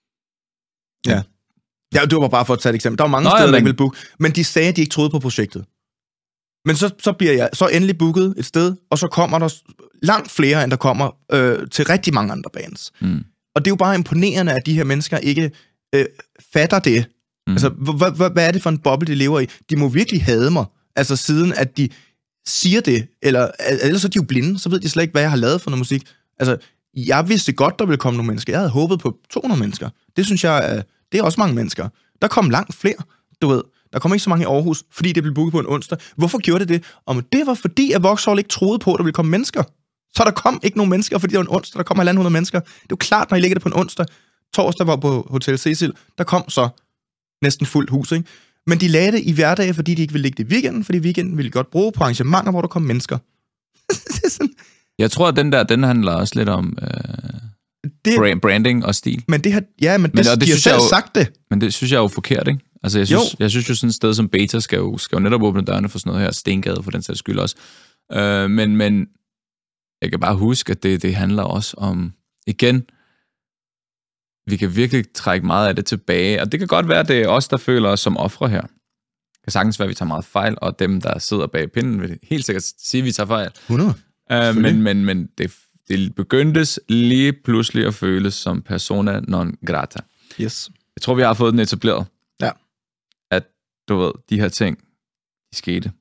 Ja, det var bare for at tage et eksempel. Der var mange steder, der ikke vil booke. Men de sagde, at de ikke troede på projektet. Men så bliver jeg så endelig booket et sted, og så kommer der langt flere, end der kommer til rigtig mange andre bands. Og det er jo bare imponerende, at de her mennesker ikke fatter det. Altså, hvad er det for en boble, de lever i? De må virkelig hade mig, altså siden at de siger det, eller ellers er de jo blinde, så ved de slet ikke, hvad jeg har lavet for noget musik. Altså, jeg vidste godt, der ville komme nogle mennesker. Jeg havde håbet på 200 mennesker. Det synes jeg, det er også mange mennesker. Der kom langt flere, du ved. Der kom ikke så mange i Aarhus, fordi det blev booket på en onsdag. Hvorfor gjorde det det? Og det var fordi, at Vauxhall ikke troede på, at der ville komme mennesker. Så der kom ikke nogen mennesker, fordi det var en onsdag. Der kom 1.500 mennesker. Det er jo klart, når I lægger det på en onsdag. Torsdag var på Hotel Cecil. Der kom så næsten fuldt hus, ikke? Men de lagde det i hverdage, fordi de ikke ville lægge det i weekenden, fordi weekenden ville godt bruge på arrangementer, hvor der kom mennesker. Jeg tror, at den handler også lidt om branding og stil. Men det har, de har selv sagt det. Men det synes jeg er jo forkert, ikke? Altså, jeg synes jo sådan et sted som Beta skal jo netop åbne dørene for sådan noget her, Stengade for den sags skyld også. Men jeg kan bare huske, at det handler også om, igen, vi kan virkelig trække meget af det tilbage, og det kan godt være, at det er os, der føler os som ofre her. Det kan sagtens være, at vi tager meget fejl, og dem, der sidder bag pinden, vil helt sikkert sige, at vi tager fejl. 100. Men det begyndtes lige pludselig at føles som persona non grata. Yes. Jeg tror, vi har fået den etableret. Ja. At, du ved, de her ting, de skete.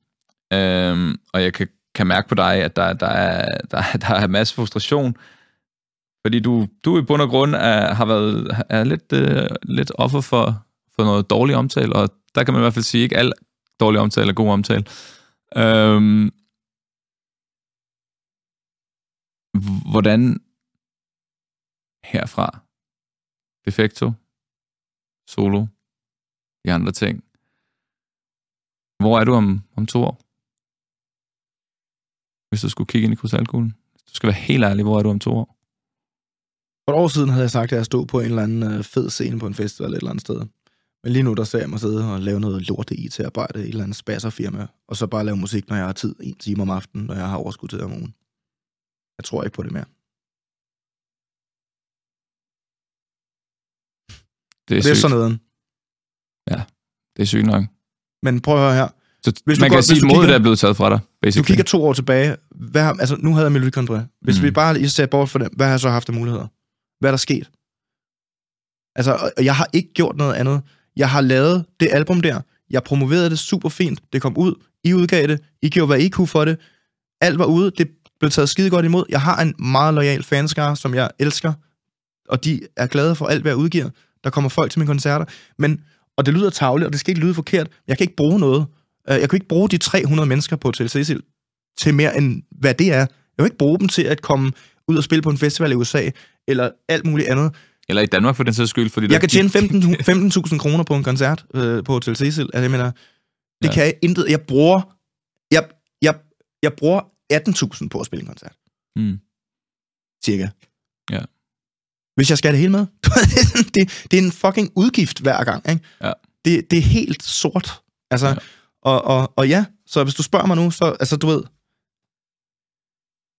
Og jeg kan mærke på dig, at der er en masse frustration, fordi du i bund og grund er lidt offer for noget dårlig omtale, og der kan man i hvert fald sige, ikke al dårlig omtale er god omtale. Hvordan herfra, Defecto, Solo, de andre ting, hvor er du om 2 år? Hvis du skulle kigge ind i krystalkuglen. Du skal være helt ærlig, hvor er du om 2 år? For et år siden havde jeg sagt, at jeg stod på en eller anden fed scene på en festival et eller andet sted. Men lige nu, der ser jeg mig sidde og lave noget lorte IT-arbejde i et eller andet spasserfirma, og så bare lave musik, når jeg har tid 1 time om aftenen, når jeg har overskud til om ugen. Jeg tror ikke på det mere. Det er sådan noget. Ja, det er sygt nok. Men prøv at høre her. Så man kan sige, at modet er blevet taget fra dig, basically. Du kigger 2 år tilbage. Nu havde jeg Melodi Grand Prix. Hvis vi bare ser bort for det, hvad har jeg så haft af muligheder? Hvad er der sket? Altså, jeg har ikke gjort noget andet. Jeg har lavet det album der. Jeg promoverede det super fint. Det kom ud. I udgav det. I gjorde, hvad I kunne for det. Alt var ude. Det blev taget skide godt imod. Jeg har en meget loyal fanskare, som jeg elsker. Og de er glade for alt, hvad jeg udgiver. Der kommer folk til mine koncerter. Og det lyder tarveligt, og det skal ikke lyde forkert. Jeg kan ikke bruge noget. Jeg kan ikke bruge de 300 mennesker på Hotel Cecil til mere end, hvad det er. Jeg kan ikke bruge dem til at komme ud og spille på en festival i USA, eller alt muligt andet. Eller i Danmark for den sags skyld. Fordi jeg kan tjene 15.000 kroner på en koncert på Hotel Cecil. Altså, jeg mener, det kan jeg intet. Jeg bruger 18.000 på at spille en koncert. Cirka. Ja. Hvis jeg skal have det hele med. det er en fucking udgift hver gang, ikke? Ja. Det er helt sort. Altså, og ja, så hvis du spørger mig nu, så, altså du ved,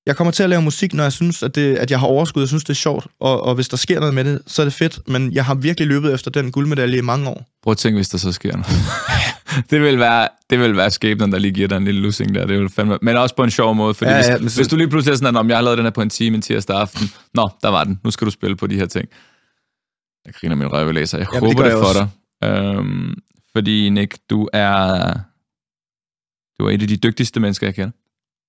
Jeg kommer til at lave musik, når jeg synes, at jeg har overskud. Jeg synes, det er sjovt, og hvis der sker noget med det, så er det fedt. Men jeg har virkelig løbet efter den guldmedalje i mange år. Prøv at tænke, hvis der så sker noget. det vil være skæbnen, der lige giver dig en lille lussing der. Det vil fandme, men også på en sjov måde, fordi hvis du lige pludselig er sådan, at jeg har lavet den her på en time en tirsdag aften, der var den. Nu skal du spille på de her ting. Jeg griner min røvelæser. Jeg håber det for dig. Fordi, Nick, du er et af de dygtigste mennesker, jeg kender.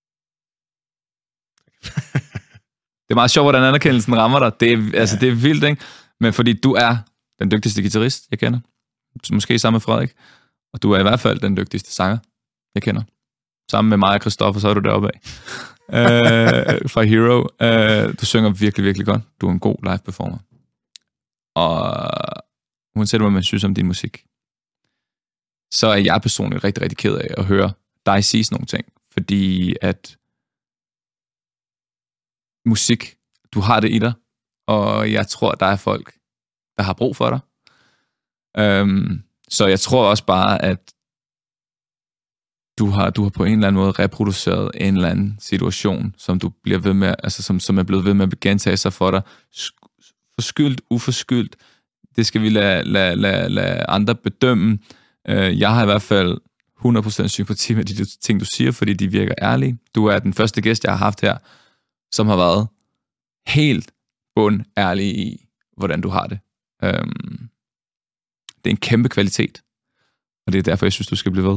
Det er meget sjovt, hvordan anerkendelsen rammer dig. Det er vildt, ikke? Men fordi du er den dygtigste guitarist, jeg kender. Måske sammen med Frederik. Og du er i hvert fald den dygtigste sanger, jeg kender. Sammen med mig og Christoffer, så er du deroppe af. Fra Hero. Du synger virkelig, virkelig godt. Du er en god live performer. Og uanset hvad man synes om din musik, så er jeg personligt rigtig, rigtig ked af at høre dig sige sådan nogle ting. Fordi at musik, du har det i dig, og jeg tror, der er folk, der har brug for dig. Så jeg tror også bare, at du har på en eller anden måde reproduceret en eller anden situation, som du bliver ved med, altså som er blevet ved med at gentage sig for dig. Forskyldt, uforskyldt. Det skal vi lade andre bedømme. Jeg har i hvert fald 100% sympati med de ting, du siger, fordi de virker ærlige. Du er den første gæst, jeg har haft her, som har været helt ærlig i, hvordan du har det. Det er en kæmpe kvalitet, og det er derfor, jeg synes, du skal blive ved.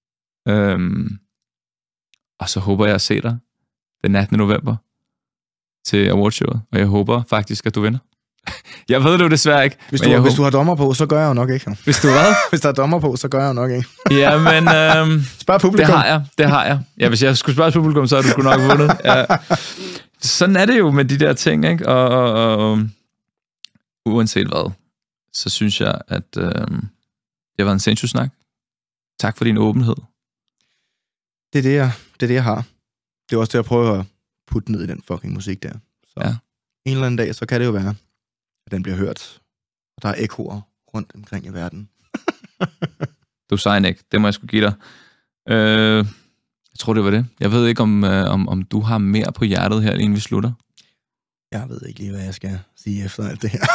Og så håber jeg at se dig den 18. november til awardshowet, og jeg håber faktisk, at du vinder. Jeg ved det jo desværre ikke. Hvis du har dommer på, så gør jeg jo nok ikke. Hvis du hvad? Hvis der er dommer på, så gør jeg jo nok ikke. Ja, men spørg publikum. Det har jeg. Ja, hvis jeg skulle spørge publikum, så har du sgu nok vundet. Ja. Sådan er det jo med de der ting, ikke? Og uanset hvad, så synes jeg, at det har været en sindssyg snak. Tak for din åbenhed. Det er det, jeg har. Det er også det, jeg prøver at putte ned i den fucking musik der. Så ja. En eller anden dag, så kan det jo være, at den bliver hørt. Og der er ekoer rundt omkring i verden. Du sagde, Nick. Det må jeg sgu give dig. Jeg tror, det var det. Jeg ved ikke, om du har mere på hjertet her, inden vi slutter. Jeg ved ikke lige, hvad jeg skal sige efter alt det her.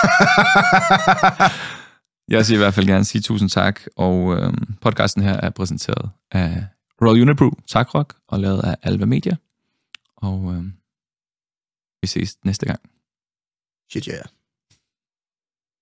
Jeg siger i hvert fald gerne sige tusind tak, og podcasten her er præsenteret af Royal Unibrew, Tak Rock, og lavet af Alva Media. Og vi ses næste gang. Shit, yeah.